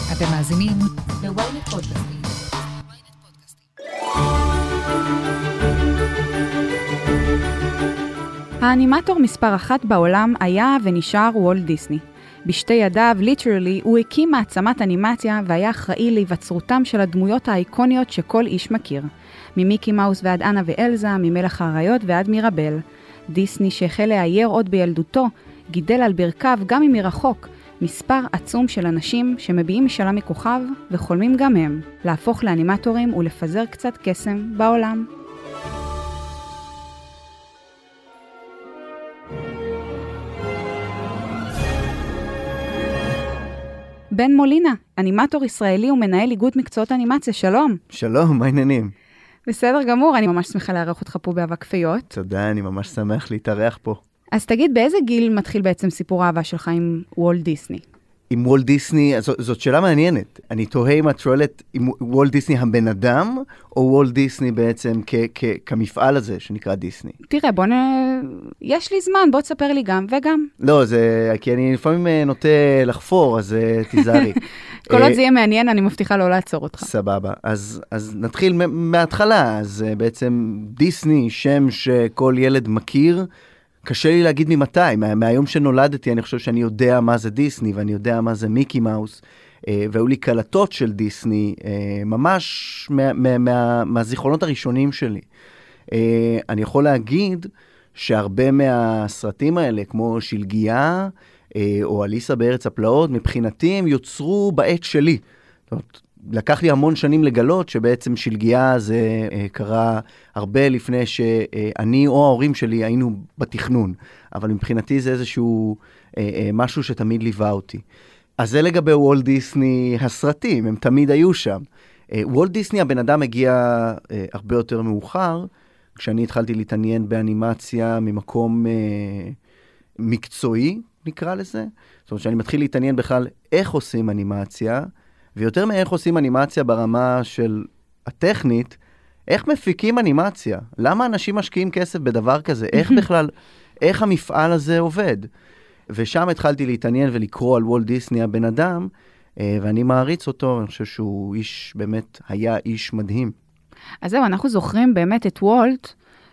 אתם מאזינים ל-ynet פודקאסטים. האנימטור מספר 1 בעולם היה ונשאר וולט דיסני. בשתי ידיו, ליטרלי, הוא הקים מעצמת אנימציה והיה אחראי להיווצרותם של הדמויות האיקוניות שכל איש מכיר. ממיקי מאוס ועד אנה ואלזה, ממלך האריות ועד מירבל. דיסני שהחל להייר עוד בילדותו, גידל על ברכיו גם אם מרחוק, מספר עצום של אנשים שמביעים משאלה מכוכב וחולמים גם הם להפוך לאנימטורים ולפזר קצת קסם בעולם. בן מולינה, אנימטור ישראלי ומנהל איגוד מקצועות אנימציה, שלום. שלום, מה העניינים? בסדר גמור, אני ממש שמחה לארח אותך פה באבק פיות. תודה, אני ממש שמח להתארח פה. אז תגיד, באיזה גיל מתחיל בעצם סיפור האהבה שלך עם וולט דיסני? עם וולט דיסני, זאת שאלה מעניינת. אני תוהה אם את שואלת עם וולט דיסני הבן אדם, או וולט דיסני בעצם כמפעל הזה שנקרא דיסני. תראה, יש לי זמן, בוא תספר לי גם וגם. לא, זה כי אני לפעמים נוטה לחפור, אז תיזהרי. כל עוד זה יהיה מעניין, אני מבטיחה לא לעצור אותך. סבבה. אז נתחיל מההתחלה. אז בעצם דיסני, שם שכל ילד מכיר, קשה לי להגיד ממתי. מהיום שנולדתי, אני חושב שאני יודע מה זה דיסני, ואני יודע מה זה מיקי מאוס, והיו לי קלטות של דיסני, ממש מהזיכרונות הראשונים שלי. אני יכול להגיד שהרבה מהסרטים האלה, כמו שלגיה, או אליסה בארץ הפלאות, מבחינתי הם יוצרו בעת שלי. זאת אומרת, לקח לי המון שנים לגלות שבעצם שלגיה זה קרה הרבה לפני שאני או ההורים שלי היינו בתכנון. אבל מבחינתי זה איזשהו משהו שתמיד ליווה אותי. אז זה לגבי וולט דיסני הסרטים, הם תמיד היו שם. וולט דיסני הבן אדם הגיע הרבה יותר מאוחר, כשאני התחלתי להתעניין באנימציה ממקום מקצועי, נקרא לזה. זאת אומרת שאני מתחיל להתעניין בכלל איך עושים אנימציה, ויותר מאיך עושים אנימציה ברמה של הטכנית, איך מפיקים אנימציה? למה אנשים משקיעים כסף בדבר כזה? איך בכלל, איך המפעל הזה עובד? ושם התחלתי להתעניין ולקרוא על וולט דיסני הבן אדם, ואני מעריץ אותו, אני חושב שהוא איש, באמת היה איש מדהים. אז זהו, אנחנו זוכרים באמת את וולט,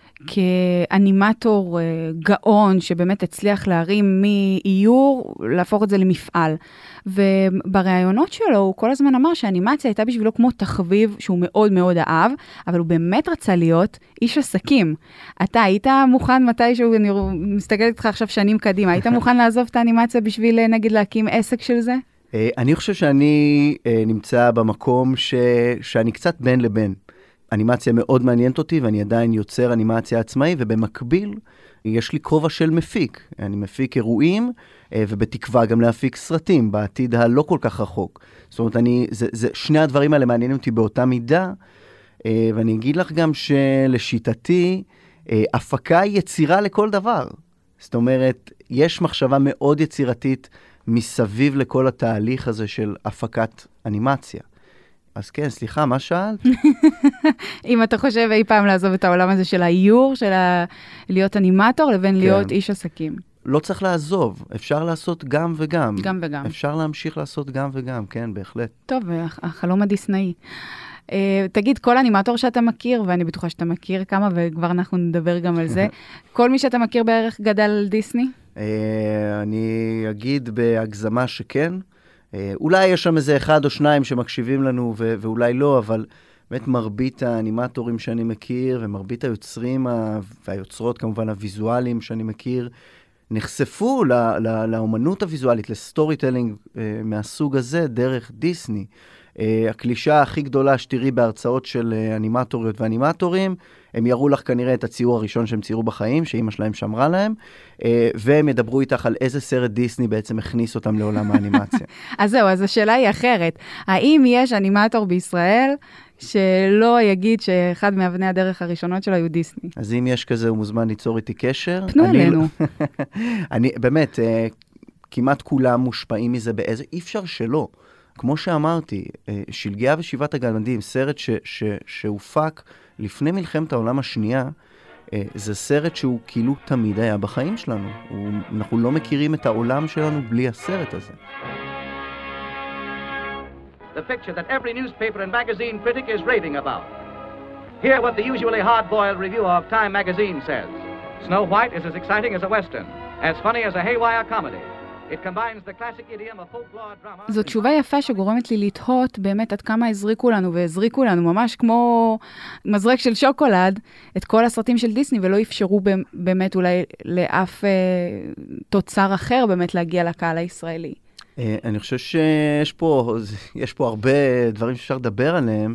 כאנימטור גאון שבאמת הצליח להרים מאיור, להפוך את זה למפעל. וברעיונות שלו הוא כל הזמן אמר שהאנימציה הייתה בשבילו כמו תחביב שהוא מאוד מאוד אהב, אבל הוא באמת רצה להיות איש עסקים. אתה היית מוכן מתישהו, אני מסתכלת איתך עכשיו שנים קדימה, היית מוכן לעזוב את האנימציה בשביל נגיד להקים עסק של זה? אני חושב שאני נמצא במקום שאני קצת בין לבין. אנימציה מאוד מעניינת אותי, ואני עדיין יוצר אנימציה עצמאי, ובמקביל יש לי כובע של מפיק. אני מפיק אירועים, ובתקווה גם להפיק סרטים, בעתיד הלא כל כך רחוק. זאת אומרת, שני הדברים האלה מעניינים אותי באותה מידה, ואני אגיד לך גם שלשיטתי, הפקה היא יצירה לכל דבר. זאת אומרת, יש מחשבה מאוד יצירתית מסביב לכל התהליך הזה של הפקת אנימציה. אז כן, סליחה, מה שאלת? אם אתה חושב אי פעם לעזוב את העולם הזה של האיור, של להיות אנימטור, לבין להיות איש עסקים. לא צריך לעזוב, אפשר לעשות גם וגם. גם וגם. אפשר להמשיך לעשות גם וגם, כן, בהחלט. טוב, החלום הדיסנאי. תגיד, כל אנימטור שאתה מכיר, ואני בטוחה שאתה מכיר כמה, וכבר אנחנו נדבר גם על זה, כל מי שאתה מכיר בערך גדל על דיסני? אני אגיד בהגזמה שכן. אולי יש שם איזה אחד או שניים שמקשיבים לנו ואולי לא, אבל באמת מרבית האנימטורים שאני מכיר ומרבית היוצרים והיוצרות כמובן הוויזואליים שאני מכיר, נחשפו לאומנות הוויזואלית, לסטורי טלינג מהסוג הזה דרך דיסני. הקלישה הכי גדולה שתראי בהרצאות של אנימטוריות ואנימטורים, הם יראו לך כנראה את הציור הראשון שהם ציירו בחיים, שאמא שלהם שמרה להם, והם ידברו איתך על איזה סרט דיסני בעצם הכניס אותם לעולם האנימציה. אז זהו, אז השאלה היא אחרת. האם יש אנימטור בישראל שלא יגיד שאחד מאבני הדרך הראשונות שלו היו דיסני? אז אם יש כזה, הוא מוזמן ליצור איתי קשר. פנו אלינו. אני באמת, כמעט כולם מושפעים מזה באיזה, אי אפשר שלא. כמו שאמרתי, שלגיה ושבעת הגמדים, סרט שהופק לפני מלחמת העולם השנייה, זה סרט שהוא כאילו תמיד היה בחיים שלנו. אנחנו לא מכירים את העולם שלנו בלי הסרט הזה. the picture that every newspaper and magazine critic is raving about. Hear what the usually hard-boiled review of Time magazine says. Snow White is as exciting as a Western, as funny as a haywire comedy. It combines the classic idiom of folklore drama... זו תשובה יפה שגורמת לי לתהות באמת עד כמה הזריקו לנו, והזריקו לנו ממש כמו מזרק של שוקולד, את כל הסרטים של דיסני, ולא אפשרו באמת אולי לאף תוצר אחר באמת להגיע לקהל הישראלי. אני חושב שיש פה הרבה דברים שאפשר לדבר עליהם,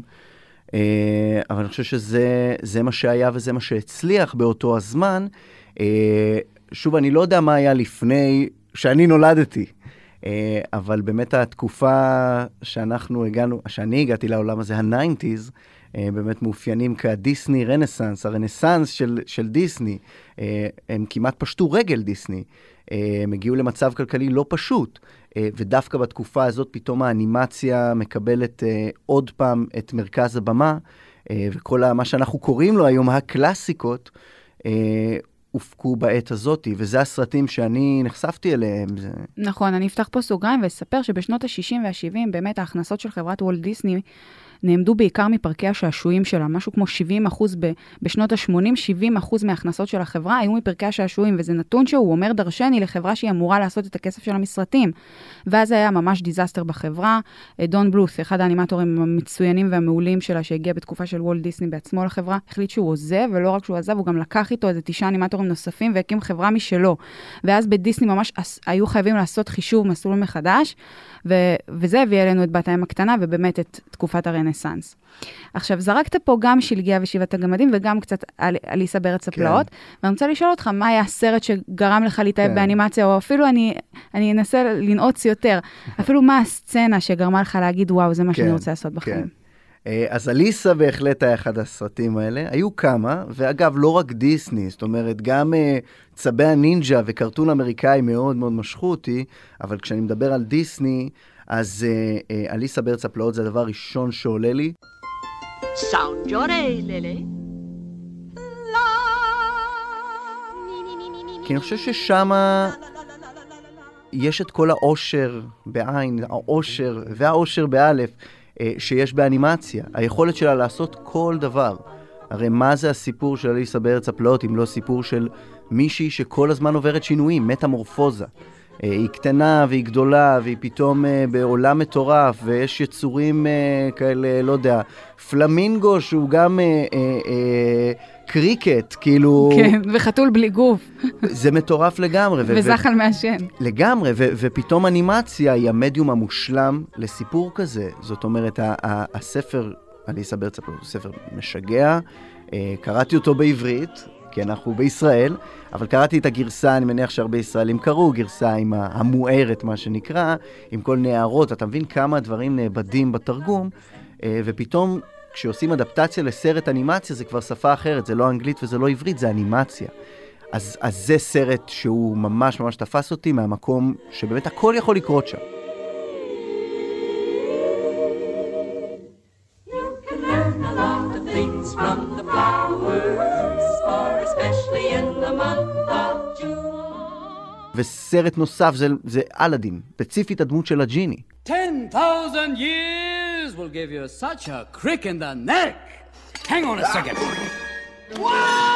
אבל אני חושב שזה מה שהיה וזה מה שהצליח באותו הזמן. שוב, אני לא יודע מה היה לפני שאני נולדתי, אבל באמת התקופה שאני הגעתי לעולם הזה, ה-90s, באמת מאופיינים כדיסני רנסנס, הרנסנס של דיסני. הם כמעט פשטו רגל דיסני, הם הגיעו למצב כלכלי לא פשוט, ודווקא בתקופה הזאת פתאום האנימציה מקבלת עוד פעם את מרכז הבמה, וכל מה שאנחנו קוראים לו היום הקלאסיקות, הופקו בעת הזאת, וזה הסרטים שאני נחשפתי אליהם. נכון, אני אפתח פה סוגריים ואספר שבשנות ה-60 וה-70 באמת ההכנסות של חברת וולט דיסני נעמדו בעיקר מפרקי השעשועים שלה, משהו כמו 70% בשנות ה-80, 70% מההכנסות של החברה היו מפרקי השעשועים, וזה נתון שהוא אומר דרשני לחברה שהיא אמורה לעשות את הכסף של המסרטים. ואז היה ממש דיזסטר בחברה. דון בלות', אחד האנימטורים המצוינים והמעולים שלה, שהגיע בתקופה של וולט דיסני בעצמו לחברה, החליט שהוא עוזב, ולא רק שהוא עזב, הוא גם לקח איתו איזה 9 אנימטורים נוספים, והקים חברה משלו. ואז בדיסני ממש היו חייבים לעשות חישוב מסלול מחדש, וזה הביא אלינו את בת הים הקטנה, ובאמת את תקופת הרנסנס. עכשיו, זרקת פה גם שלגיה ושבעת הגמדים, וגם קצת אליסה בארץ הפלאות, ואני רוצה לשאול אותך, מה היה הסרט שגרם לך להתאהב באנימציה, או אפילו אני אנסה לנעוץ יותר, אפילו מה הסצנה שגרמה לך להגיד, וואו, זה מה שאני רוצה לעשות בחיים. אז אליסה בהחלט היה אחד הסרטים האלה. היו כמה, ואגב, לא רק דיסני, זאת אומרת, גם צבי הנינג'ה וקרטון אמריקאי מאוד מאוד משכו אותי, אבל כשאני מדבר על דיסני, אז אליסה בארץ הפלאות זה הדבר הראשון שעולה לי. Sound your lele. כי אני חושב ששמה יש את כל העושר בעין, העושר והעושר באלף, שיש באנימציה. היכולת שלה לעשות כל דבר. הרי מה זה הסיפור של אליסה בארץ הפלאות, אם לא סיפור של מישהי שכל הזמן עוברת שינויים, מטמורפוזה. היא קטנה והיא גדולה, והיא פתאום בעולם מטורף, ויש יצורים כאלה, לא יודע, פלמינגו שהוא גם קריקט, כאילו... כן, וחתול בלי גוף. זה מטורף לגמרי. וזחל מעשן. לגמרי, ופתאום אנימציה היא המדיום המושלם לסיפור כזה. זאת אומרת, הספר, אליסה בארץ הפלאות, הוא ספר משגע, קראתי אותו בעברית, כי אנחנו בישראל, אבל קראתי את הגרסה, אני מניח שהרבה ישראלים קראו, גרסה עם המוארת, מה שנקרא, עם כל נערות, אתה מבין כמה דברים נאבדים בתרגום, ופתאום כשעושים אדפטציה לסרט אנימציה, זה כבר שפה אחרת, זה לא אנגלית וזה לא עברית, זה אנימציה. אז זה סרט שהוא ממש ממש תפס אותי מהמקום שבאמת הכל יכול לקרות שם. וסרט נוסף זה אלאדין, ספציפית הדמות של הג'יני. 10,000 years will give you such a crick in the neck. Hang on a second. Wow!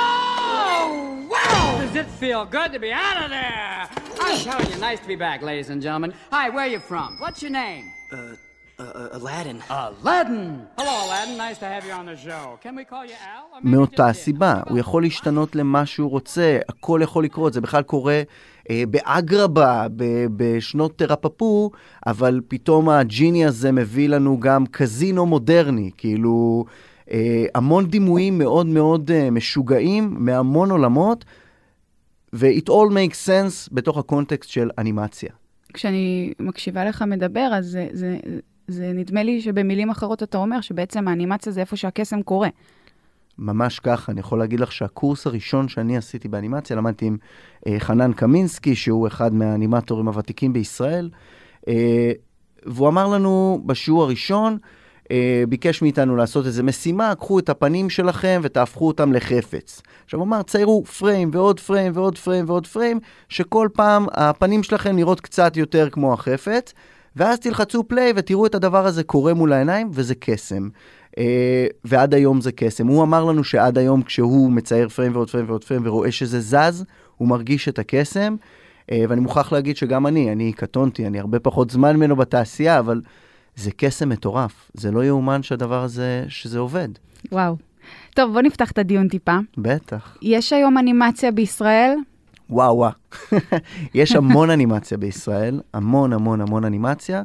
Wow! Does it feel good to be out of there? I'm telling you, nice to be back, ladies and gentlemen. Hi, where are you from? What's your name? Aladdin. Aladdin! Hello, Aladdin. Nice to have you on the show. Can we call you Al? Or maybe מאותה just הסיבה, הוא יכול להשתנות למה שהוא רוצה, הכל יכול לקרות, זה בכלל קורה באגרבה, בשנות רפפו, אבל פתאום הג'יני הזה מביא לנו גם קזינו מודרני, כאילו המון דימויים מאוד מאוד משוגעים מהמון עולמות, ו-it all makes sense בתוך הקונטקסט של אנימציה. כשאני מקשיבה לך מדבר, אז זה נדמה לי שבמילים אחרות אתה אומר שבעצם האנימציה זה איפה שהקסם קורה. ממש ככה, אני יכול להגיד לך שהקורס הראשון שאני עשיתי באנימציה, למדתי עם חנן קמינסקי, שהוא אחד מהאנימטורים הוותיקים בישראל, והוא אמר לנו בשיעור הראשון, ביקש מאיתנו לעשות איזו משימה, קחו את הפנים שלכם ותהפכו אותם לחפץ. עכשיו הוא אמר, ציירו פריים ועוד פריים ועוד פריים ועוד פריים, שכל פעם הפנים שלכם נראות קצת יותר כמו החפץ, ואז תלחצו פליי ותראו את הדבר הזה קורה מול העיניים, וזה קסם. ועד היום זה קסם. הוא אמר לנו שעד היום כשהוא מצייר פריים ועוד פריים ועוד פריים ורואה שזה זז, הוא מרגיש את הקסם, ואני מוכרח להגיד שגם אני קטונתי, אני הרבה פחות זמן ממנו בתעשייה, אבל זה קסם מטורף. זה לא יאומן שהדבר הזה, שזה עובד. וואו. טוב, בוא נפתח את הדיון טיפה. בטח. יש היום אנימציה בישראל? וואו. יש המון אנימציה בישראל, המון אנימציה.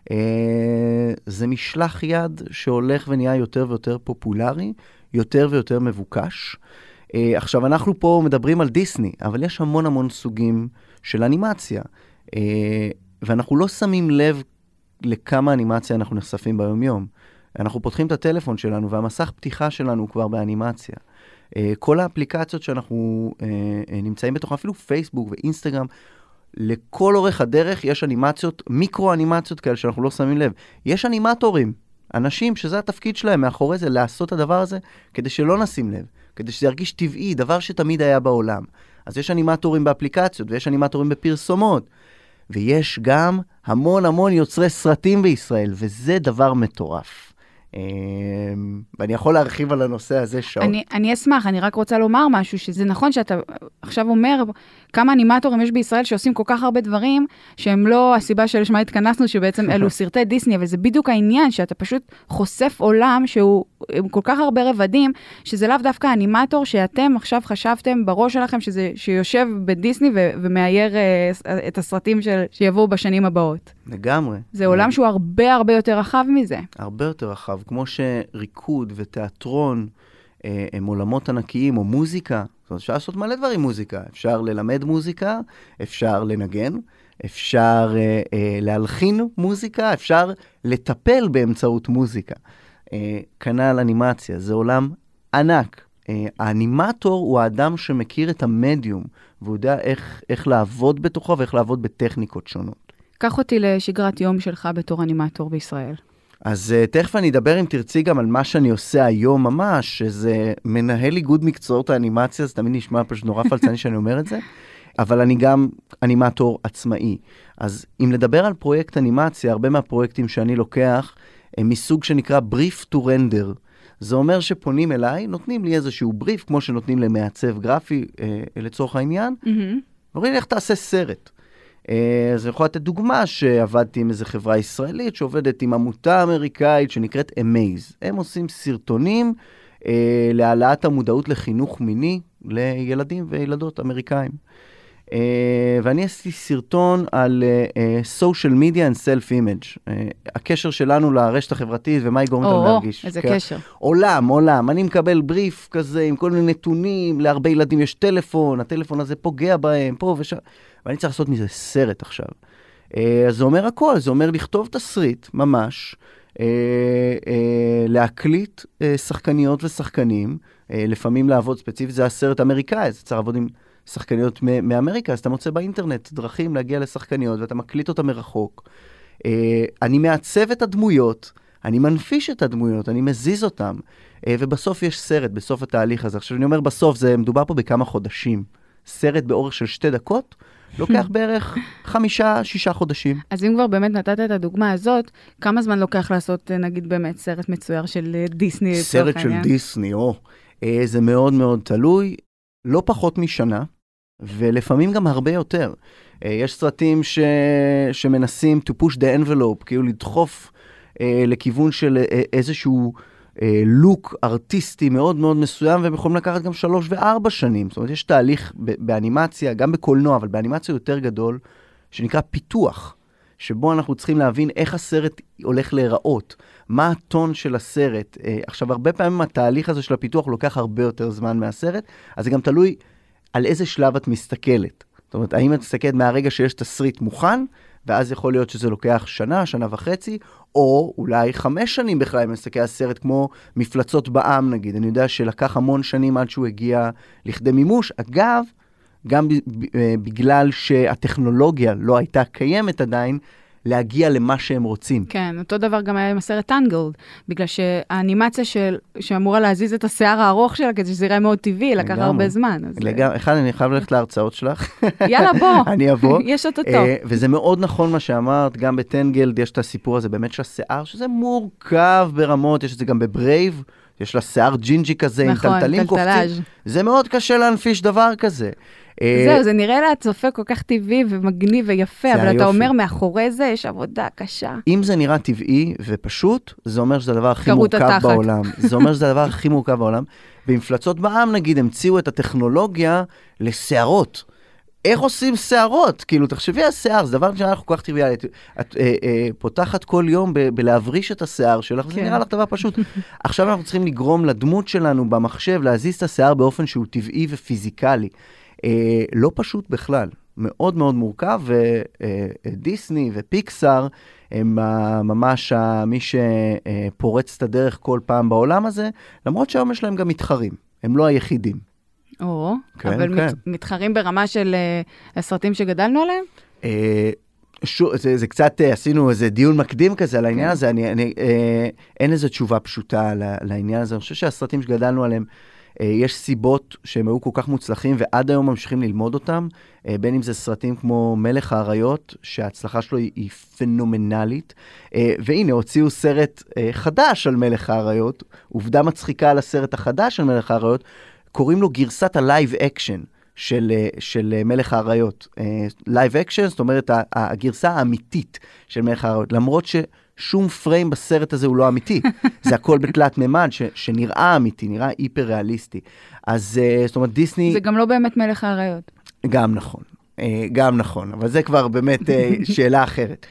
זה משלח יד שהולך ונהיה יותר ויותר פופולרי, יותר ויותר מבוקש. עכשיו, אנחנו פה מדברים על דיסני, אבל יש המון סוגים של אנימציה. ואנחנו לא שמים לב לכמה אנימציה אנחנו נחשפים ביום-יום. אנחנו פותחים את הטלפון שלנו, והמסך פתיחה שלנו הוא כבר באנימציה. כל האפליקציות שאנחנו נמצאים בתוך, אפילו פייסבוק ואינסטגרם, לכל אורך הדרך יש אנימציות, מיקרו-אנימציות כאלה שאנחנו לא שמים לב. יש אנימטורים, אנשים שזה התפקיד שלהם מאחורי זה, לעשות את הדבר הזה, כדי שלא נשים לב, כדי שזה ירגיש טבעי, דבר שתמיד היה בעולם. אז יש אנימטורים באפליקציות, ויש אנימטורים בפרסומות, ויש גם המון יוצרי סרטים בישראל, וזה דבר מטורף. ואני יכול להרחיב על הנושא הזה שעות. אני אשמח, אני רק רוצה לומר משהו, שזה נכון שאתה עכשיו אומר כמה אנימטורים יש בישראל שעושים כל כך הרבה דברים, שהם לא הסיבה שלשמה התכנסנו, שבעצם אלו סרטי דיסני, אבל זה בדיוק העניין, שאתה פשוט חושף עולם שהוא עם כל כך הרבה רבדים, שזה לאו דווקא אנימטור שאתם עכשיו חשבתם בראש שלכם, שיושב בדיסני ומאייר את הסרטים שיבואו בשנים הבאות. לגמרי. זה עולם שהוא הרבה יותר רחב מזה. הרבה יותר רחב, כמו שריקוד ותיאטרון הם עולמות ענקיים, או מוזיקה. זאת אומרת, אפשר לעשות מלא דברים מוזיקה. אפשר ללמד מוזיקה, אפשר לנגן, אפשר להלחין מוזיקה, אפשר לטפל באמצעות מוזיקה. כנ"ל אנימציה, זה עולם ענק. האנימטור הוא האדם שמכיר את המדיום, והוא יודע איך לעבוד בתוכו ואיך לעבוד בטכניקות שונות. קח אותי לשגרת יום שלך בתור אנימטור בישראל. אז תכף אני אדבר אם תרצי גם על מה שאני עושה היום ממש, שזה מנהל איגוד מקצועות האנימציה, זה תמיד נשמע פשוט נורא פלצני שאני אומר את זה, אבל אני גם אנימטור עצמאי. אז אם לדבר על פרויקט אנימציה, הרבה מהפרויקטים שאני לוקח, הם מסוג שנקרא brief to render. זה אומר שפונים אליי, נותנים לי איזשהו brief, כמו שנותנים למעצב גרפי לצורך העניין, ואומרים לי איך תעשה סרט. אז אני יכול לתת דוגמה שעבדתי עם איזו חברה ישראלית שעובדת עם עמותה אמריקאית שנקראת Amaze. הם עושים סרטונים להעלאת המודעות לחינוך מיני לילדים וילדות אמריקאים. ואני עשיתי סרטון על social media and self-image. הקשר שלנו לרשת החברתית ומה היא גורמת לנו להרגיש. איזה קשר. עולם. אני מקבל בריף כזה עם כל מיני נתונים, להרבה ילדים יש טלפון, הטלפון הזה פוגע בהם, פה ושם. ואני צריך לעשות מזה סרט עכשיו. אז זה אומר הכל, זה אומר לכתוב תסריט ממש, להקליט שחקניות ושחקנים, לפעמים לעבוד ספציפית, זה הסרט אמריקאי, זה צריך לעבוד עם שחקניות מאמריקה, אז אתה מוצא באינטרנט דרכים להגיע לשחקניות, ואתה מקליט אותה מרחוק. אני מעצב את הדמויות, אני מנפיש את הדמויות, אני מזיז אותם, ובסוף יש סרט, בסוף התהליך הזה. עכשיו אני אומר בסוף, זה מדובר פה בכמה חודשים. סרט באורך של 2 דקות, לוקח בערך 5-6 חודשים. אז אם כבר באמת נתת את הדוגמה הזאת, כמה זמן לוקח לעשות, נגיד באמת, סרט מצויר של דיסני? סרט של דיסני, זה מאוד מאוד תלוי, לא פחות משנה, ולפעמים גם הרבה יותר. יש סרטים שמנסים to push the envelope, כאילו לדחוף לכיוון של איזשהו לוק ארטיסטי מאוד מאוד מסוים, והם יכולים לקחת גם 3 ו4 שנים. זאת אומרת, יש תהליך באנימציה, גם בקולנוע, אבל באנימציה יותר גדול, שנקרא פיתוח, שבו אנחנו צריכים להבין איך הסרט הולך להיראות, מה הטון של הסרט. עכשיו, הרבה פעמים התהליך הזה של הפיתוח לוקח הרבה יותר זמן מהסרט, אז זה גם תלוי על איזה שלב את מסתכלת. זאת אומרת, האם את מסתכלת מהרגע שיש תסריט מוכן, ואז יכול להיות שזה לוקח שנה, שנה וחצי, או אולי 5 שנים בכלל, אם נסתכל על סרט כמו מפלצות בעם, נגיד. אני יודע שלקח המון שנים עד שהוא הגיע לכדי מימוש. אגב, גם בגלל שהטכנולוגיה לא הייתה קיימת עדיין, להגיע למה שהם רוצים. כן, אותו דבר גם היה עם הסרט טנגלד, בגלל שהאנימציה שאמורה להזיז את השיער הארוך שלה, כדי שזה יראה מאוד טבעי, לקח הרבה זמן. אחד, אני חייב ללכת להרצאות שלך. יאללה, בוא. אני אבוא. יש אותו טוב. וזה מאוד נכון מה שאמרת, גם בטנגלד יש את הסיפור הזה, באמת שהשיער, שזה מורכב ברמות, יש את זה גם בברייב, יש לה שיער ג'ינג'י כזה, עם טלטלים קופצים. זה מאוד קשה להנפיש דבר כזה. זהו, זה נראה לה צופה כל כך טבעי ומגניב ויפה, אבל אתה אומר מאחורי זה יש עבודה קשה. אם זה נראה טבעי ופשוט, זה אומר שזה הדבר הכי מורכב בעולם. זה אומר שזה הדבר הכי מורכב בעולם. במפלצות בעם, נגיד, המציאו את הטכנולוגיה לשערות. איך עושים שערות? כאילו, תחשבי על שיער, זה דבר שאנחנו כל כך טבעי. את פותחת כל יום בלהבריש את השיער שלך, זה נראה לך דבר פשוט. עכשיו אנחנו צריכים לגרום לדמות שלנו במחשב, להזיז את השיער באופן שהוא טבעי ופיזיקלי. לא פשוט בכלל, מאוד מאוד מורכב, ודיסני ופיקסאר הם ממש מי שפורץ את הדרך כל פעם בעולם הזה, למרות שהיום יש להם גם מתחרים, הם לא היחידים. אבל מתחרים ברמה של הסרטים שגדלנו עליהם? זה קצת, עשינו איזה דיון מקדים כזה על העניין הזה, אין איזו תשובה פשוטה לעניין הזה, אני חושב שהסרטים שגדלנו עליהם, יש סיבות שהם היו כל כך מוצלחים, ועד היום ממשיכים ללמוד אותם, בין אם זה סרטים כמו מלך האריות, שההצלחה שלו היא פנומנלית, והנה, הוציאו סרט חדש על מלך האריות, עובדה מצחיקה על הסרט החדש של מלך האריות, קוראים לו גרסת הלייב אקשן של מלך האריות. לייב אקשן, זאת אומרת, הגרסה האמיתית של מלך האריות, למרות שום פריים בסרט הזה הוא לא אמיתי. זה הכל בתלת ממד, שנראה אמיתי, נראה היפר-ריאליסטי. אז, זאת אומרת, דיסני... זה גם לא באמת מלך האריות. גם נכון. גם נכון, אבל זה כבר באמת שאלה אחרת.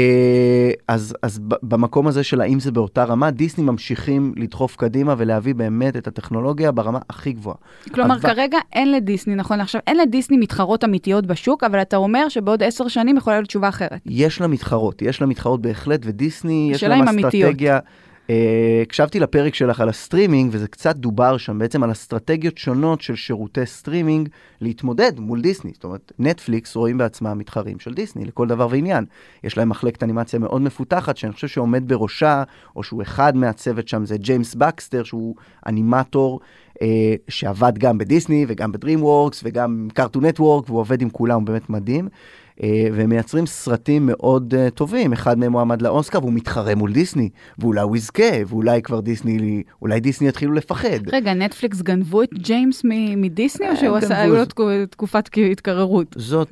אז במקום הזה של האם זה באותה רמה, דיסני ממשיכים לדחוף קדימה ולהביא באמת את הטכנולוגיה ברמה הכי גבוהה. כלומר, כרגע אין לדיסני, נכון? עכשיו, אין לדיסני מתחרות אמיתיות בשוק, אבל אתה אומר שבעוד 10 שנים יכולה להיות תשובה אחרת. יש לה מתחרות בהחלט, ודיסני יש להם אסטרטגיה... הקשבתי לפרק שלך על הסטרימינג, וזה קצת דובר שם בעצם על אסטרטגיות שונות של שירותי סטרימינג להתמודד מול דיסני. זאת אומרת, נטפליקס רואים בעצמם מתחרים של דיסני לכל דבר ועניין. יש להם מחלקת אנימציה מאוד מפותחת, שאני חושב שעומד בראשה, או שהוא אחד מהצוות שם, זה ג'יימס בקסטר, שהוא אנימטור שעבד גם בדיסני וגם בדרימוורקס וגם קארטון נטוורק, והוא עובד עם כולם, הוא באמת מדהים. והם מייצרים סרטים מאוד טובים, אחד מהם מועמד לאוסקר, והוא מתחרה מול דיסני, ואולי הוא יזכה, ואולי כבר דיסני, אולי דיסני יתחילו לפחד. רגע, נטפליקס גנבו את ג'יימס מדיסני, או שהיו לו תקופת התקררות? זאת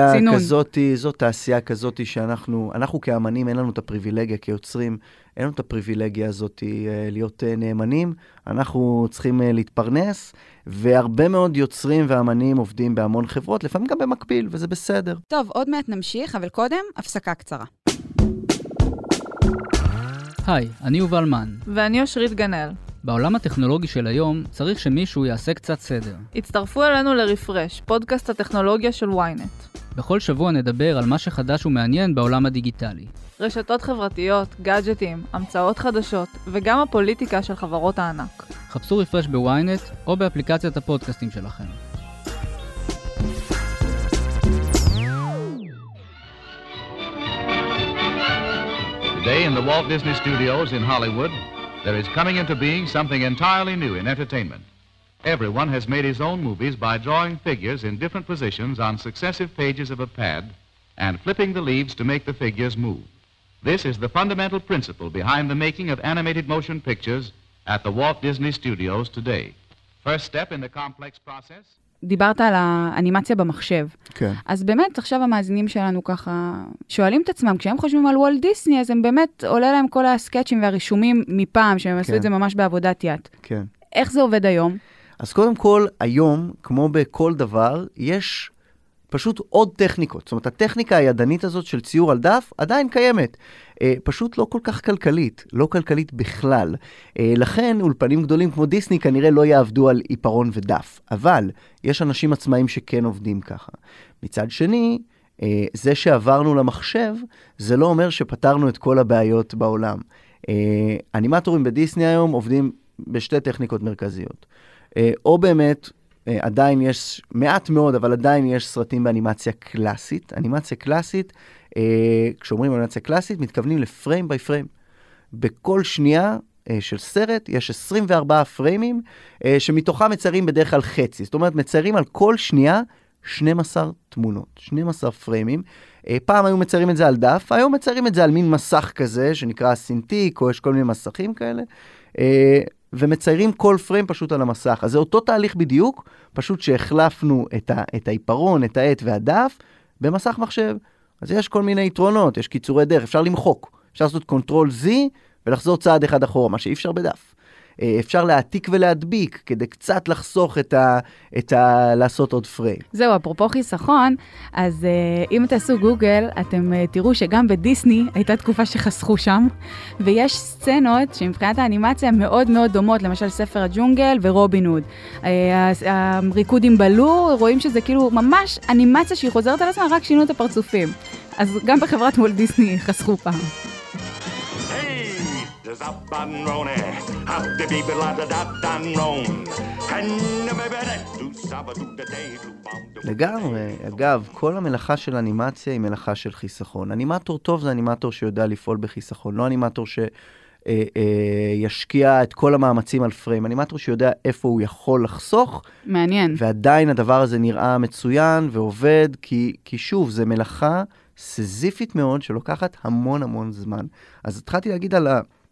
תעשייה כזאת שאנחנו כאמנים, אין לנו את הפריבילגיה כיוצרים, אין לנו את הפריבילגיה הזאת להיות נאמנים, אנחנו צריכים להתפרנס, והרבה מאוד יוצרים ואמנים עובדים בהמון חברות, לפעמים גם במקביל, וזה בסדר. טוב, עוד מעט נמשיך, אבל קודם, הפסקה קצרה. היי, אני יובל מן. ואני אושרית גנאל. בעולם הטכנולוגי של היום צריך שמישהו יעשה קצת סדר. הצטרפו אלינו לרפרש, פודקאסט הטכנולוגיה של ynet. בכל שבוע נדבר על מה שחדש ומעניין בעולם הדיגיטלי. רשתות חברתיות, גאדג'טים, המצאות חדשות, וגם הפוליטיקה של חברות הענק. חפשו רפרש בוויינט או באפליקציית הפודקאסטים שלכם. Today in the Walt Disney Studios in Hollywood, there is coming into being something entirely new in entertainment. Everyone has made his own movies by drawing figures in different positions on successive pages of a pad and flipping the leaves to make the figures move. This is the fundamental principle behind the making of animated motion pictures at the Walt Disney Studios today. First step in the complex process. דיברת על האנימציה במחשב. כן. אז באמת, עכשיו המאזינים שלנו ככה שואלים את עצמם, כשהם חושבים על וולט דיסני, אז הם באמת עולה להם כל הסקצ'ים והרישומים מפעם, שהם עשו את זה ממש בעבודת יד. כן. איך זה עובד היום? אז קודם כל, היום, כמו בכל דבר, יש פשוט עוד טכניקות. זאת אומרת, הטכניקה הידנית הזאת של ציור על דף עדיין קיימת. פשוט לא כל כך כלכלית, לא כלכלית בכלל. לכן, אולפנים גדולים כמו דיסני כנראה לא יעבדו על עיפרון ודף. אבל יש אנשים עצמאים שכן עובדים ככה. מצד שני, זה שעברנו למחשב, זה לא אומר שפתרנו את כל הבעיות בעולם. אנימטורים בדיסני היום עובדים בשתי טכניקות מרכזיות. או באמת, עדיין יש מעט מאוד, אבל עדיין יש סרטים באנימציה קלאסית. אנימציה קלאסית כשאומרים אנימציה קלאסית, מתכוונים לפריים ביי פריים. בכל שנייה של סרט יש 24 פריימים, שמתוכם מציירים בדרך כלל חצי. זאת אומרת, מציירים על כל שנייה 12 תמונות, 12 פריימים. פעם היו מציירים את זה על דף, היום מציירים את זה על מין מסך כזה, שנקרא סינטיק, או יש כל מיני מסכים כאלה, ומציירים כל פריים פשוט על המסך. אז זה אותו תהליך בדיוק, פשוט שהחלפנו את העיפרון, את העט והדף, במסך מחשב. אז יש כל מיני יתרונות, יש קיצורי דרך, אפשר למחוק, אפשר לעשות קונטרול Z, ולחזור צעד אחד אחורה, מה שאי אפשר בדף. אפשר להעתיק ולהדביק, כדי קצת לחסוך לעשות עוד פריים. זהו, אפרופו חיסכון, אז אם תעשו גוגל, אתם תראו שגם בדיסני הייתה תקופה שחסכו שם, ויש סצנות שמבחינת האנימציה מאוד מאוד דומות, למשל ספר הג'ונגל ורובין הוד. הריקוד עם בלור, רואים שזה כאילו ממש אנימציה שהיא חוזרת על עצמה, רק שינו את הפרצופים. אז גם בחברת וולט דיסני חסכו פעם. לגמרי, אגב, כל המלאכה של אנימציה היא מלאכה של חיסכון. אנימטור טוב זה אנימטור שיודע לפעול בחיסכון, לא אנימטור שישקיע את כל המאמצים על פריים, אנימטור שיודע איפה הוא יכול לחסוך. מעניין. ועדיין הדבר הזה נראה מצוין ועובד, כי שוב, זה מלאכה סזיפית מאוד שלוקחת המון המון זמן. אז התחלתי להגיד על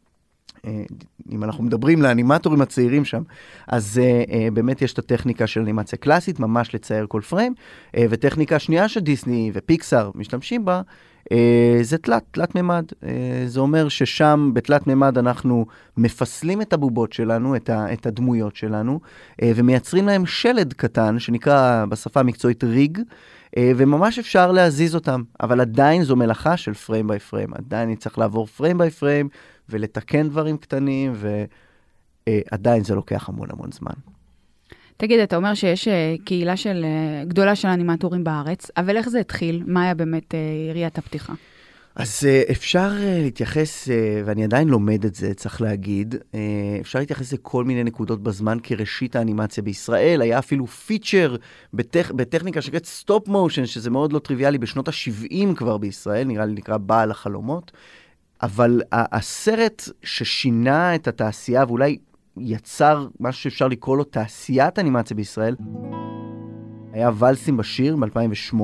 אם אנחנו מדברים לאנימטורים הצעירים שם, אז באמת יש את הטכניקה של אנימציה קלאסית, ממש לצייר כל פריים, וטכניקה שנייה שדיסני ופיקסאר משתמשים בה, זה תלת ממד. זה אומר ששם בתלת ממד אנחנו מפסלים את הבובות שלנו, את הדמויות שלנו, ומייצרים להם שלד קטן, שנקרא בשפה המקצועית ריג, וממש אפשר להזיז אותם, אבל עדיין זו מלאכה של פריים ביי פריים, עדיין אני צריך לעבור פריים ביי פריים, ולתקן דברים קטנים, ועדיין זה לוקח המון המון זמן. תגיד, אתה אומר שיש קהילה גדולה של אנימטורים בארץ, אבל איך זה התחיל? מה היה באמת יריית הפתיחה? אז אפשר להתייחס, ואני עדיין לומד את זה, צריך להגיד, אפשר להתייחס לכל מיני נקודות בזמן כראשית האנימציה בישראל. היה אפילו פיצ'ר בטכניקה שנקראת סטופ מושן, שזה מאוד לא טריוויאלי, בשנות ה-70 כבר בישראל, נראה לי נקרא בעל החלומות. אבל הסרט ששינה את התעשייה, ואולי יצר משהו שאפשר לקרוא לו תעשיית אנימציה בישראל, היה ולסים בשיר ב-2008,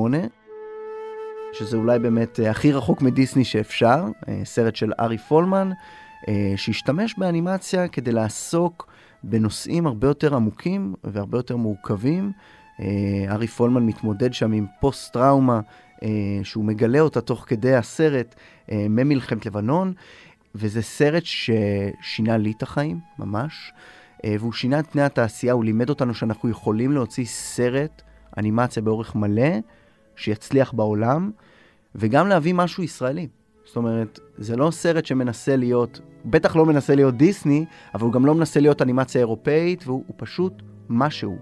שזה אולי באמת הכי רחוק מדיסני שאפשר, סרט של ארי פולמן, שהשתמש באנימציה כדי לעסוק בנושאים הרבה יותר עמוקים והרבה יותר מורכבים. ארי פולמן מתמודד שם עם פוסט-טראומה, שהוא מגלה אותה תוך כדי הסרט ממלחמת לבנון, וזה סרט ששינה לי את החיים, ממש, והוא שינה את פני התעשייה, הוא לימד אותנו שאנחנו יכולים להוציא סרט אנימציה באורך מלא, שיצליח בעולם, וגם להביא משהו ישראלי. זאת אומרת, זה לא סרט שמנסה להיות, בטח לא מנסה להיות דיסני, אבל הוא גם לא מנסה להיות אנימציה אירופאית, והוא פשוט משהו.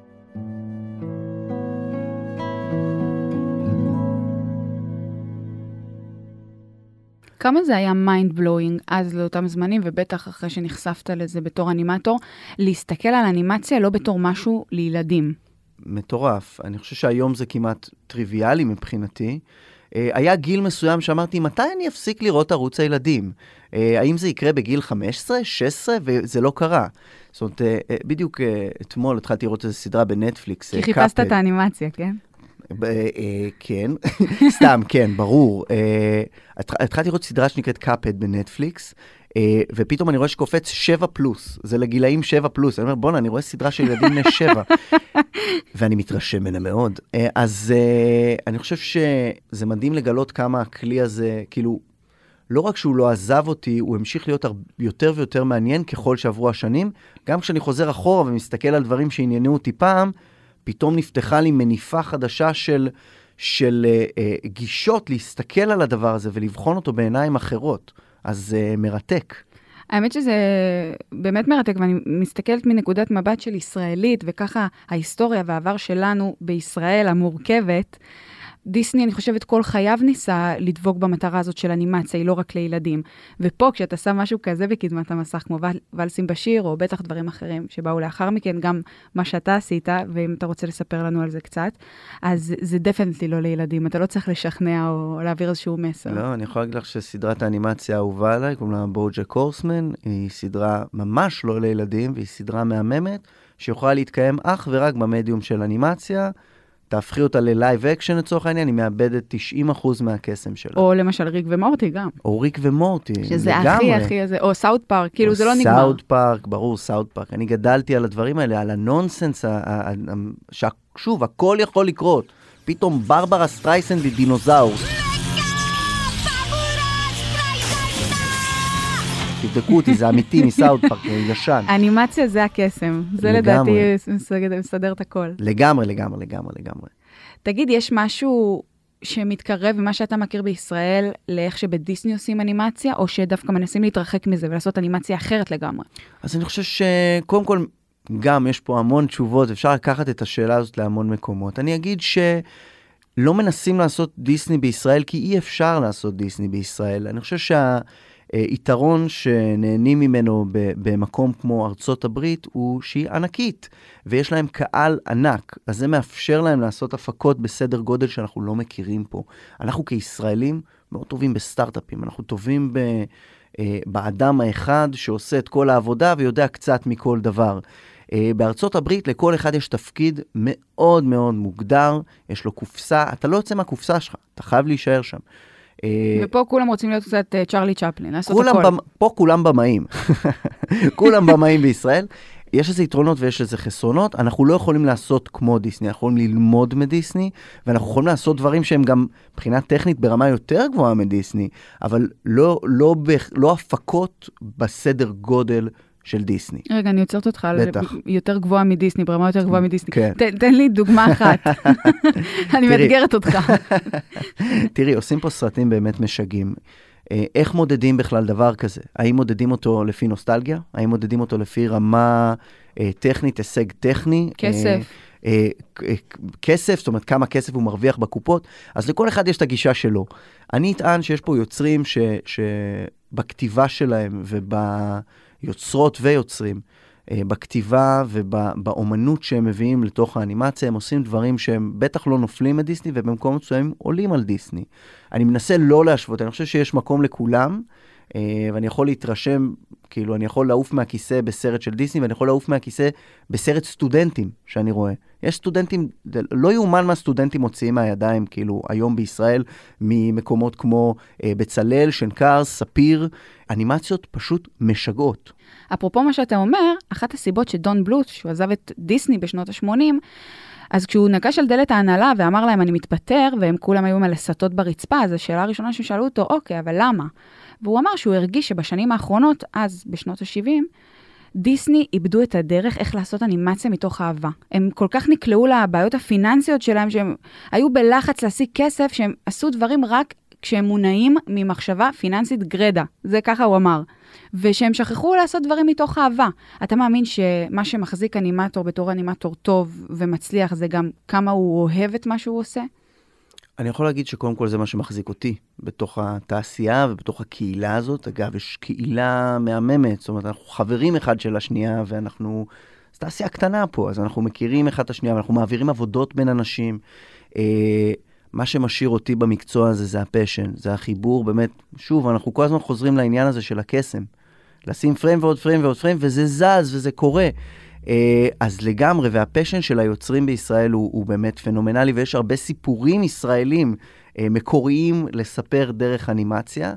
כמה זה היה mind blowing אז לאותם זמנים, ובטח אחרי שנחשפת לזה בתור אנימטור, להסתכל על אנימציה לא בתור משהו לילדים. מטורף. אני חושב שהיום זה כמעט טריוויאלי מבחינתי. היה גיל מסוים שאמרתי, מתי אני אפסיק לראות ערוץ הילדים? האם זה יקרה בגיל 15, 16? וזה לא קרה. זאת אומרת, בדיוק אתמול התחלתי לראות איזו סדרה בנטפליקס. כי חיפשת את האנימציה, כן? כן, סתם, כן, ברור. התחלתי לראות סדרה שנקראת קאפד בנטפליקס, ופתאום אני רואה שקופץ 7+, זה לגילאים 7+, אני אומר, בונה, אני רואה סדרה של ילדים בני 7, ואני מתרשם ממנה מאוד. אז אני חושב שזה מדהים לגלות כמה הכלי הזה, כאילו, לא רק שהוא לא עזב אותי, הוא המשיך להיות יותר ויותר מעניין ככל שעברו השנים, גם כשאני חוזר אחורה ומסתכל על דברים שעניינו אותי פעם, פתאום נפתחה לי מניפה חדשה של גישות להסתכל על הדבר הזה ולבחון אותו בעיניים אחרות. אז מרתק. האמת שזה באמת מרתק, ואני מסתכלת מנקודת מבט של ישראלית, וככה ההיסטוריה והעבר שלנו בישראל המורכבת, דיסני, אני חושבת, כל חייו ניסה לדבוק במטרה הזאת של אנימציה, היא לא רק לילדים. ופה, כשאתה שם משהו כזה בקדמת המסך, כמו ולסים בשיר, או בטח דברים אחרים שבאו לאחר מכן, גם מה שאתה עשית, ואם אתה רוצה לספר לנו על זה קצת, אז זה דפנטלי לא לילדים. אתה לא צריך לשכנע או להעביר איזשהו מסר. לא, אני יכול להגיד לך שסדרת האנימציה האהובה עליי, קוראים לה בוג'ק הורסמן, היא סדרה ממש לא לילדים, והיא סדרה מהממת, שיכולה להתקיים אך ורק במדיום של אנימציה, תהפכי אותה ללייב אקשן לצורך העניין, היא מאבדת 90% מהקסם שלה. או למשל ריק ומורטי גם. או ריק ומורטי, שזה לגמרי. הכי הזה, או סאוט פארק, כאילו זה לא נגמר. סאוט פארק, ברור, סאוט פארק. אני גדלתי על הדברים האלה, על הנונסנס, שוב, הכל יכול לקרות. פתאום ברברה סטרייסנד ודינוזאור. תבדקו אותי, זה אמיתי מסאוט פארק, ישן. אנימציה זה הקסם. זה לדעתי מסדר את הכל. לגמרי. תגיד, יש משהו שמתקרב ממה שאתה מכיר בישראל לאיך שבדיסני עושים אנימציה, או שדווקא מנסים להתרחק מזה ולעשות אנימציה אחרת לגמרי? אז אני חושב שקודם כל, גם יש פה המון תשובות, אפשר לקחת את השאלה הזאת להמון מקומות. אני אגיד שלא מנסים לעשות דיסני בישראל, כי אי אפשר לעשות דיסני בישראל. אני חושב היתרון שנהנים ממנו במקום כמו ארצות הברית הוא שהיא ענקית, ויש להם קהל ענק, אז זה מאפשר להם לעשות הפקות בסדר גודל שאנחנו לא מכירים פה. אנחנו כישראלים מאוד טובים בסטארט-אפים, אנחנו טובים באדם האחד שעושה את כל העבודה ויודע קצת מכל דבר. בארצות הברית לכל אחד יש תפקיד מאוד מאוד מוגדר, יש לו קופסה, אתה לא יוצא מהקופסה שלך, אתה חייב להישאר שם. ופה כולם רוצים להיות קצת צ'רלי צ'פלין, לעשות הכל. פה כולם במאים. כולם במאים בישראל. יש איזה יתרונות ויש איזה חסרונות. אנחנו לא יכולים לעשות כמו דיסני, אנחנו יכולים ללמוד מדיסני, ואנחנו יכולים לעשות דברים שהם גם מבחינה טכנית ברמה יותר גבוהה מדיסני, אבל לא הפקות בסדר גודל של דיסני. רגע, אני יוצרת אותך יותר גבוהה מדיסני, ברמה יותר גבוהה מדיסני. כן. תן לי דוגמה אחת. אני מאתגרת אותך. תראי, עושים פה סרטים באמת משגעים. איך מודדים בכלל דבר כזה? האם מודדים אותו לפי נוסטלגיה? האם מודדים אותו לפי רמה טכנית, הישג טכני? כסף. כסף, זאת אומרת כמה כסף הוא מרוויח בקופות. אז לכל אחד יש את הגישה שלו. אני אטען שיש פה יוצרים שבכתיבה שלהם יוצרות ויוצרים, בכתיבה ובאומנות שהם מביאים לתוך האנימציה, הם עושים דברים שהם בטח לא נופלים מדיסני, ובמקום מסוים עולים על דיסני. אני מנסה לא להשוות, אני חושב שיש מקום לכולם, ואני יכול להתרשם, כאילו אני יכול לעוף מהכיסא בסרט של דיסני, ואני יכול לעוף מהכיסא בסרט סטודנטים שאני רואה. יש סטודנטים, לא יאומן מה סטודנטים מוציאים מהידיים, כאילו היום בישראל, ממקומות כמו בצלאל, שנקר, ספיר, אנימציות פשוט משגעות. אפרופו מה שאתה אומר, אחת הסיבות שדון בלוט, שהוא עזב את דיסני בשנות ה-80, אז כשהוא נקש על דלת ההנהלה ואמר להם אני מתפטר, והם כולם היו מלסטות ברצפה, אז השאלה הראשונה ששאלו אותו, אוקיי, אבל למה? והוא אמר שהוא הרגיש שבשנים האחרונות, אז בשנות ה-70, דיסני איבדו את הדרך איך לעשות אנימציה מתוך אהבה. הם כל כך נקלעו לבעיות הפיננסיות שלהם, שהם היו בלחץ להשיג כסף, שהם עשו דברים רק כשהם מונעים ממחשבה פיננסית גרדה. זה ככה הוא אמר. ושהם שכחו לעשות דברים מתוך אהבה. אתה מאמין שמה שמחזיק אנימטור בתור אנימטור טוב ומצליח, זה גם כמה הוא אוהב את מה שהוא עושה? אני יכול להגיד שקודם כל זה מה שמחזיק אותי בתוך התעשייה ובתוך הקהילה הזאת. אגב, יש קהילה מהממת, זאת אומרת, אנחנו חברים אחד של השנייה, ואנחנו, זו תעשייה קטנה פה, אז אנחנו מכירים אחד את השנייה, ואנחנו מעבירים עבודות בין אנשים. מה שמשאיר אותי במקצוע הזה זה הפשן, זה החיבור, באמת, שוב, אנחנו כל הזמן חוזרים לעניין הזה של הקסם. לשים פריים ועוד פריים ועוד פריים, וזה זז וזה קורה. אז לגמרי, והפשן של היוצרים בישראל הוא באמת פנומנלי, ויש הרבה סיפורים ישראלים מקוריים לספר דרך אנימציה.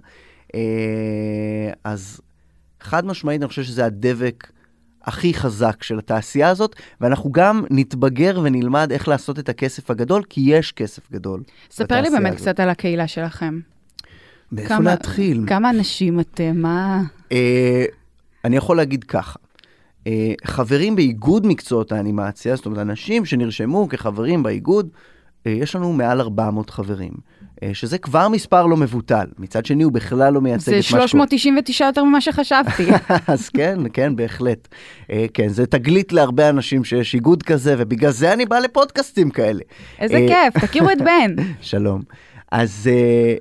אז חד משמעית, אני חושב שזה הדבק הכי חזק של התעשייה הזאת, ואנחנו גם נתבגר ונלמד איך לעשות את הכסף הגדול, כי יש כסף גדול. ספר לי באמת קצת על הקהילה שלכם. מאיפה להתחיל? כמה אנשים אתם? מה? אני יכול להגיד ככה. חברים באיגוד מקצועות האנימציה, זאת אומרת, אנשים שנרשמו כחברים באיגוד, יש לנו מעל 400 חברים, שזה כבר מספר לא מבוטל. מצד שני, הוא בכלל לא מייצג את מה שקורה. זה 399 יותר ממה שחשבתי. אז כן, כן, בהחלט. כן, זה תגלית להרבה אנשים שיש איגוד כזה, ובגלל זה אני בא לפודקאסטים כאלה. איזה כיף, תכירו את בן. שלום. אז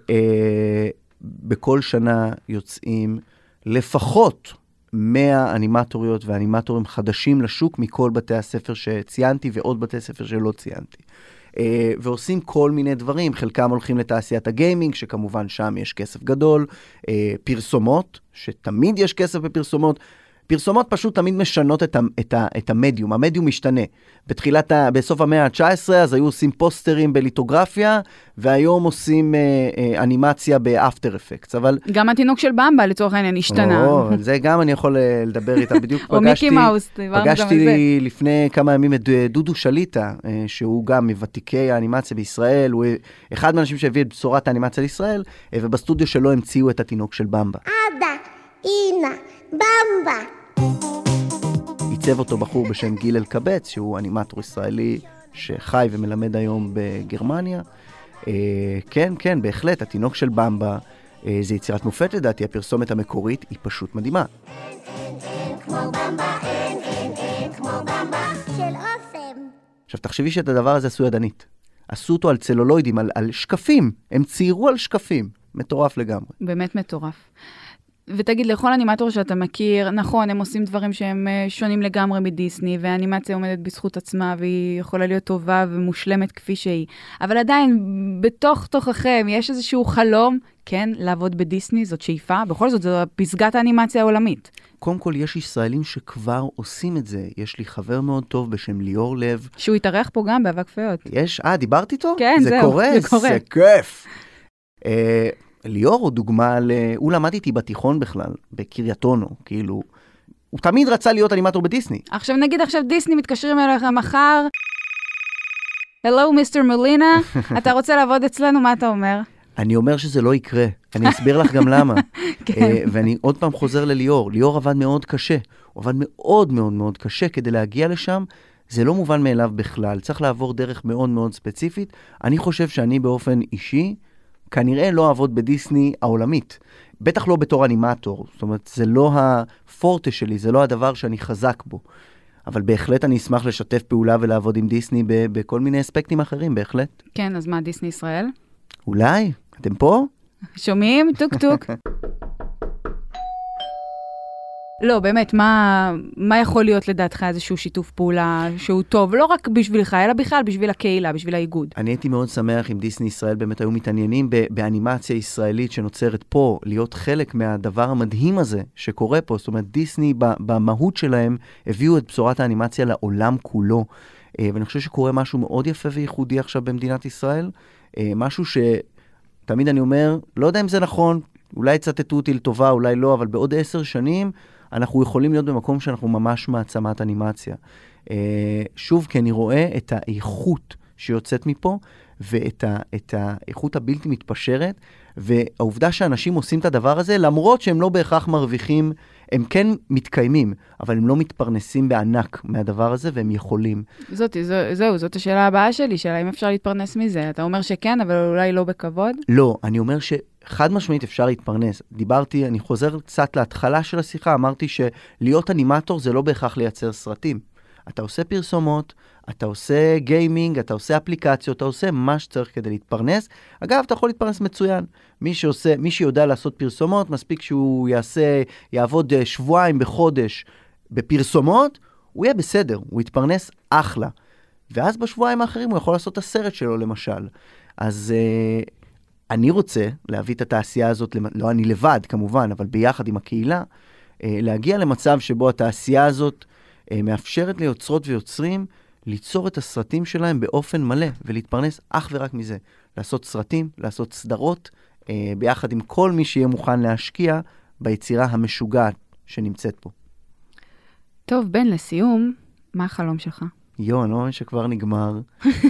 בכל שנה יוצאים לפחות 100 אנימטוריות ואנימטורים חדשים לשוק מכל בתי הספר שציינתי ועוד בתי ספר שלא ציינתי. ועושים כל מיני דברים, חלקם הולכים לתעשיית הגיימינג, שכמובן שם יש כסף גדול, פרסומות, שתמיד יש כסף בפרסומות, פרסומות פשוט תמיד משנות את המדיום, המדיום משתנה. בסוף המאה ה-19 אז היו עושים פוסטרים בליטוגרפיה, והיום עושים אנימציה באפטר אפקטס, אבל... גם התינוק של במבה לצורך העניין השתנה. זה גם אני יכול לדבר איתה, בדיוק או מיקי מאוס, פגשתי לפני כמה ימים את דודו שליטה, שהוא גם מוותיקי האנימציה בישראל, הוא אחד מהאנשים שהביא את בשורת האנימציה לישראל, ובסטודיו שלו המציאו את התינוק של במבה. אדה, אינה, במבה. עיצב אותו בחור בשם גיל אלקבץ, שהוא אנימטור ישראלי שחי ומלמד היום בגרמניה. כן, כן, בהחלט, התינוק של במבה, זה יצירת מופת לדעתי, הפרסומת המקורית היא פשוט מדהימה. אין כמו במבה, אין כמו במבה של אוסם. עכשיו תחשבי שאת הדבר הזה עשו ידנית. עשו אותו על צלולוידים, על שקפים. הם ציירו על שקפים. מטורף לגמרי. באמת מטורף. ותגיד, לכל אנימטור שאתה מכיר, נכון, הם עושים דברים שהם שונים לגמרי מדיסני, והאנימציה עומדת בזכות עצמה, והיא יכולה להיות טובה ומושלמת כפי שהיא. אבל עדיין, תוככם, יש איזשהו חלום, כן, לעבוד בדיסני, זאת שאיפה, בכל זאת, זו פסגת האנימציה העולמית. קודם כל, יש ישראלים שכבר עושים את זה. יש לי חבר מאוד טוב בשם ליאור לב. שהוא התארח פה גם באבק פיות. יש? דיברת איתו? כן, זה קורה. זה כיף. ליאור הוא דוגמה, הוא למד איתי בתיכון בכלל, בקריית אונו, כאילו, הוא תמיד רצה להיות אנימטור בדיסני. עכשיו נגיד דיסני מתקשרים אליך מחר, הלו מיסטר מלינה, אתה רוצה לעבוד אצלנו, מה אתה אומר? אני אומר שזה לא יקרה, אני אסביר לך גם למה. ואני עוד פעם חוזר לליאור, ליאור עבד מאוד קשה, הוא עבד מאוד מאוד מאוד קשה כדי להגיע לשם, זה לא מובן מאליו בכלל, צריך לעבור דרך מאוד מאוד ספציפית, אני חושב שאני באופן אישי, כנראה לא אעבוד בדיסני העולמית. בטח לא בתור אנימטור. זאת אומרת, זה לא הפורטה שלי, זה לא הדבר שאני חזק בו. אבל בהחלט אני אשמח לשתף פעולה ולעבוד עם דיסני בכל מיני אספקטים אחרים, בהחלט. כן, אז מה, דיסני ישראל? אולי? אתם פה? שומעים? טוק טוק. לא, באמת, מה יכול להיות לדעתך איזשהו שיתוף פעולה שהוא טוב, לא רק בשבילך, אלא בכלל בשביל הקהילה, בשביל האיגוד? אני הייתי מאוד שמח אם דיסני ישראל באמת היו מתעניינים באנימציה ישראלית שנוצרת פה, להיות חלק מהדבר המדהים הזה שקורה פה. זאת אומרת, דיסני במהות שלהם הביאו את בשורת האנימציה לעולם כולו, ואני חושב שקורה משהו מאוד יפה וייחודי עכשיו במדינת ישראל, משהו שתמיד אני אומר, לא יודע אם זה נכון, אולי צטטו אותי לטובה, אולי לא, אבל בעוד 10 שנים, אנחנו יכולים להיות במקום שאנחנו ממש מעצמת אנימציה. שוב, כי אני רואה את האיכות שיוצאת מפה, ואת האיכות הבלתי מתפשרת, והעובדה שאנשים עושים את הדבר הזה, למרות שהם לא בהכרח מרוויחים, הם כן מתקיימים, אבל הם לא מתפרנסים בענק מהדבר הזה, והם יכולים. זאת השאלה הבאה שלי, שאלה אם אפשר להתפרנס מזה. אתה אומר שכן, אבל אולי לא בכבוד? לא, אני אומר חד משמעית אפשר להתפרנס. אני חוזר קצת להתחלה של השיחה, אמרתי שלהיות אנימטור זה לא בהכרח לייצר סרטים. אתה עושה פרסומות, אתה עושה גיימינג, אתה עושה אפליקציות, אתה עושה מה שצריך כדי להתפרנס. אגב, אתה יכול להתפרנס מצוין. מי שיודע לעשות פרסומות, מספיק שהוא יעבוד שבועיים בחודש בפרסומות, הוא יהיה בסדר, הוא יתפרנס אחלה. ואז בשבועיים האחרים הוא יכול לעשות את הסרט שלו למשל. אז אני רוצה להביא את התעשייה הזאת, לא אני לבד כמובן, אבל ביחד עם הקהילה, להגיע למצב שבו התעשייה הזאת מאפשרת ליוצרות ויוצרים ליצור את הסרטים שלהם באופן מלא, ולהתפרנס אך ורק מזה. לעשות סרטים, לעשות סדרות, ביחד עם כל מי שיהיה מוכן להשקיע ביצירה המשוגעת שנמצאת פה. טוב, בן, לסיום, מה החלום שלך? אני לא אומר שכבר נגמר.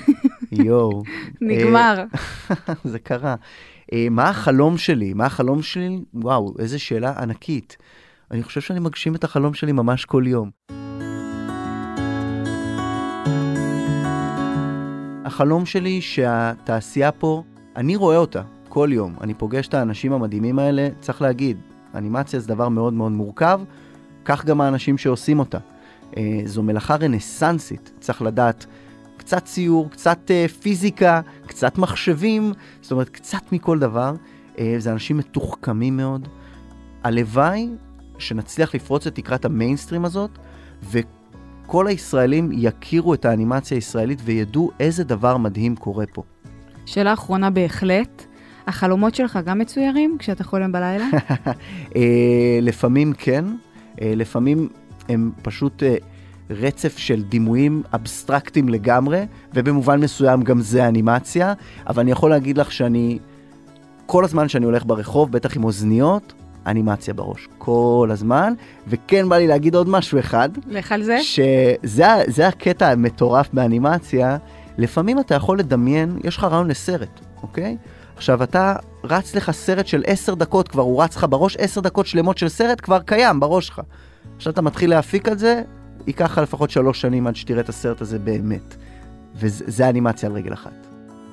נגמר. זה קרה. מה החלום שלי? וואו, איזו שאלה ענקית. אני חושב שאני מגשים את החלום שלי ממש כל יום. החלום שלי שהתעשייה פה, אני רואה אותה כל יום. אני פוגש את האנשים המדהימים האלה, צריך להגיד, אנימציה זה דבר מאוד מאוד מורכב, כך גם האנשים שעושים אותה. זו מלאכה רנסנסית, צריך לדעת קצת ציור, קצת פיזיקה, קצת מחשבים, זאת אומרת קצת מכל דבר. זה אנשים מתוחכמים מאוד. הלוואי שנצליח לפרוץ את תקרת המיינסטרים הזאת, וכל הישראלים יכירו את האנימציה הישראלית וידעו איזה דבר מדהים קורה פה. שאלה אחרונה בהחלט, החלומות שלך גם מצוירים כשאתה חולם בלילה? לפעמים כן, לפעמים הם פשוט רצף של דימויים אבסטרקטיים לגמרי, ובמובן מסוים גם זה אנימציה, אבל אני יכול להגיד לך שאני, כל הזמן שאני הולך ברחוב, בטח עם אוזניות, אנימציה בראש, כל הזמן, וכן בא לי להגיד עוד משהו אחד. לך על זה? שזה הקטע המטורף באנימציה, לפעמים אתה יכול לדמיין, יש לך רעיון לסרט, אוקיי? עכשיו אתה רץ לך סרט של 10 דקות, כבר הוא רץ לך בראש, 10 דקות שלמות של סרט כבר קיים בראש לך. עכשיו אתה מתחיל להפיק על זה, ייקח לך לפחות 3 שנים עד שתראה את הסרט הזה באמת. וזה אנימציה על רגל אחת.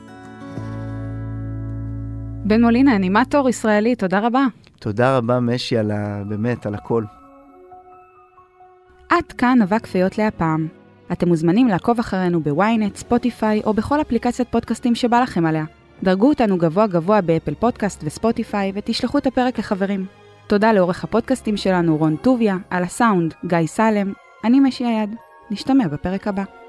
בן מולינה, אנימטור ישראלי, תודה רבה. תודה רבה משי באמת, על הכל. עד כאן אבק פיות להפעם. אתם מוזמנים לעקוב אחרינו בוויינט, ספוטיפיי או בכל אפליקציית פודקאסטים שבא לכם עליה. דרגו אותנו גבוה גבוה באפל פודקאסט וספוטיפיי ותשלחו את הפרק לחברים. תודה לעורך הפודקאסטים שלנו רון טוביה, על הסאונד גיא סלם, אני משי היד. נשתמע בפרק הבא.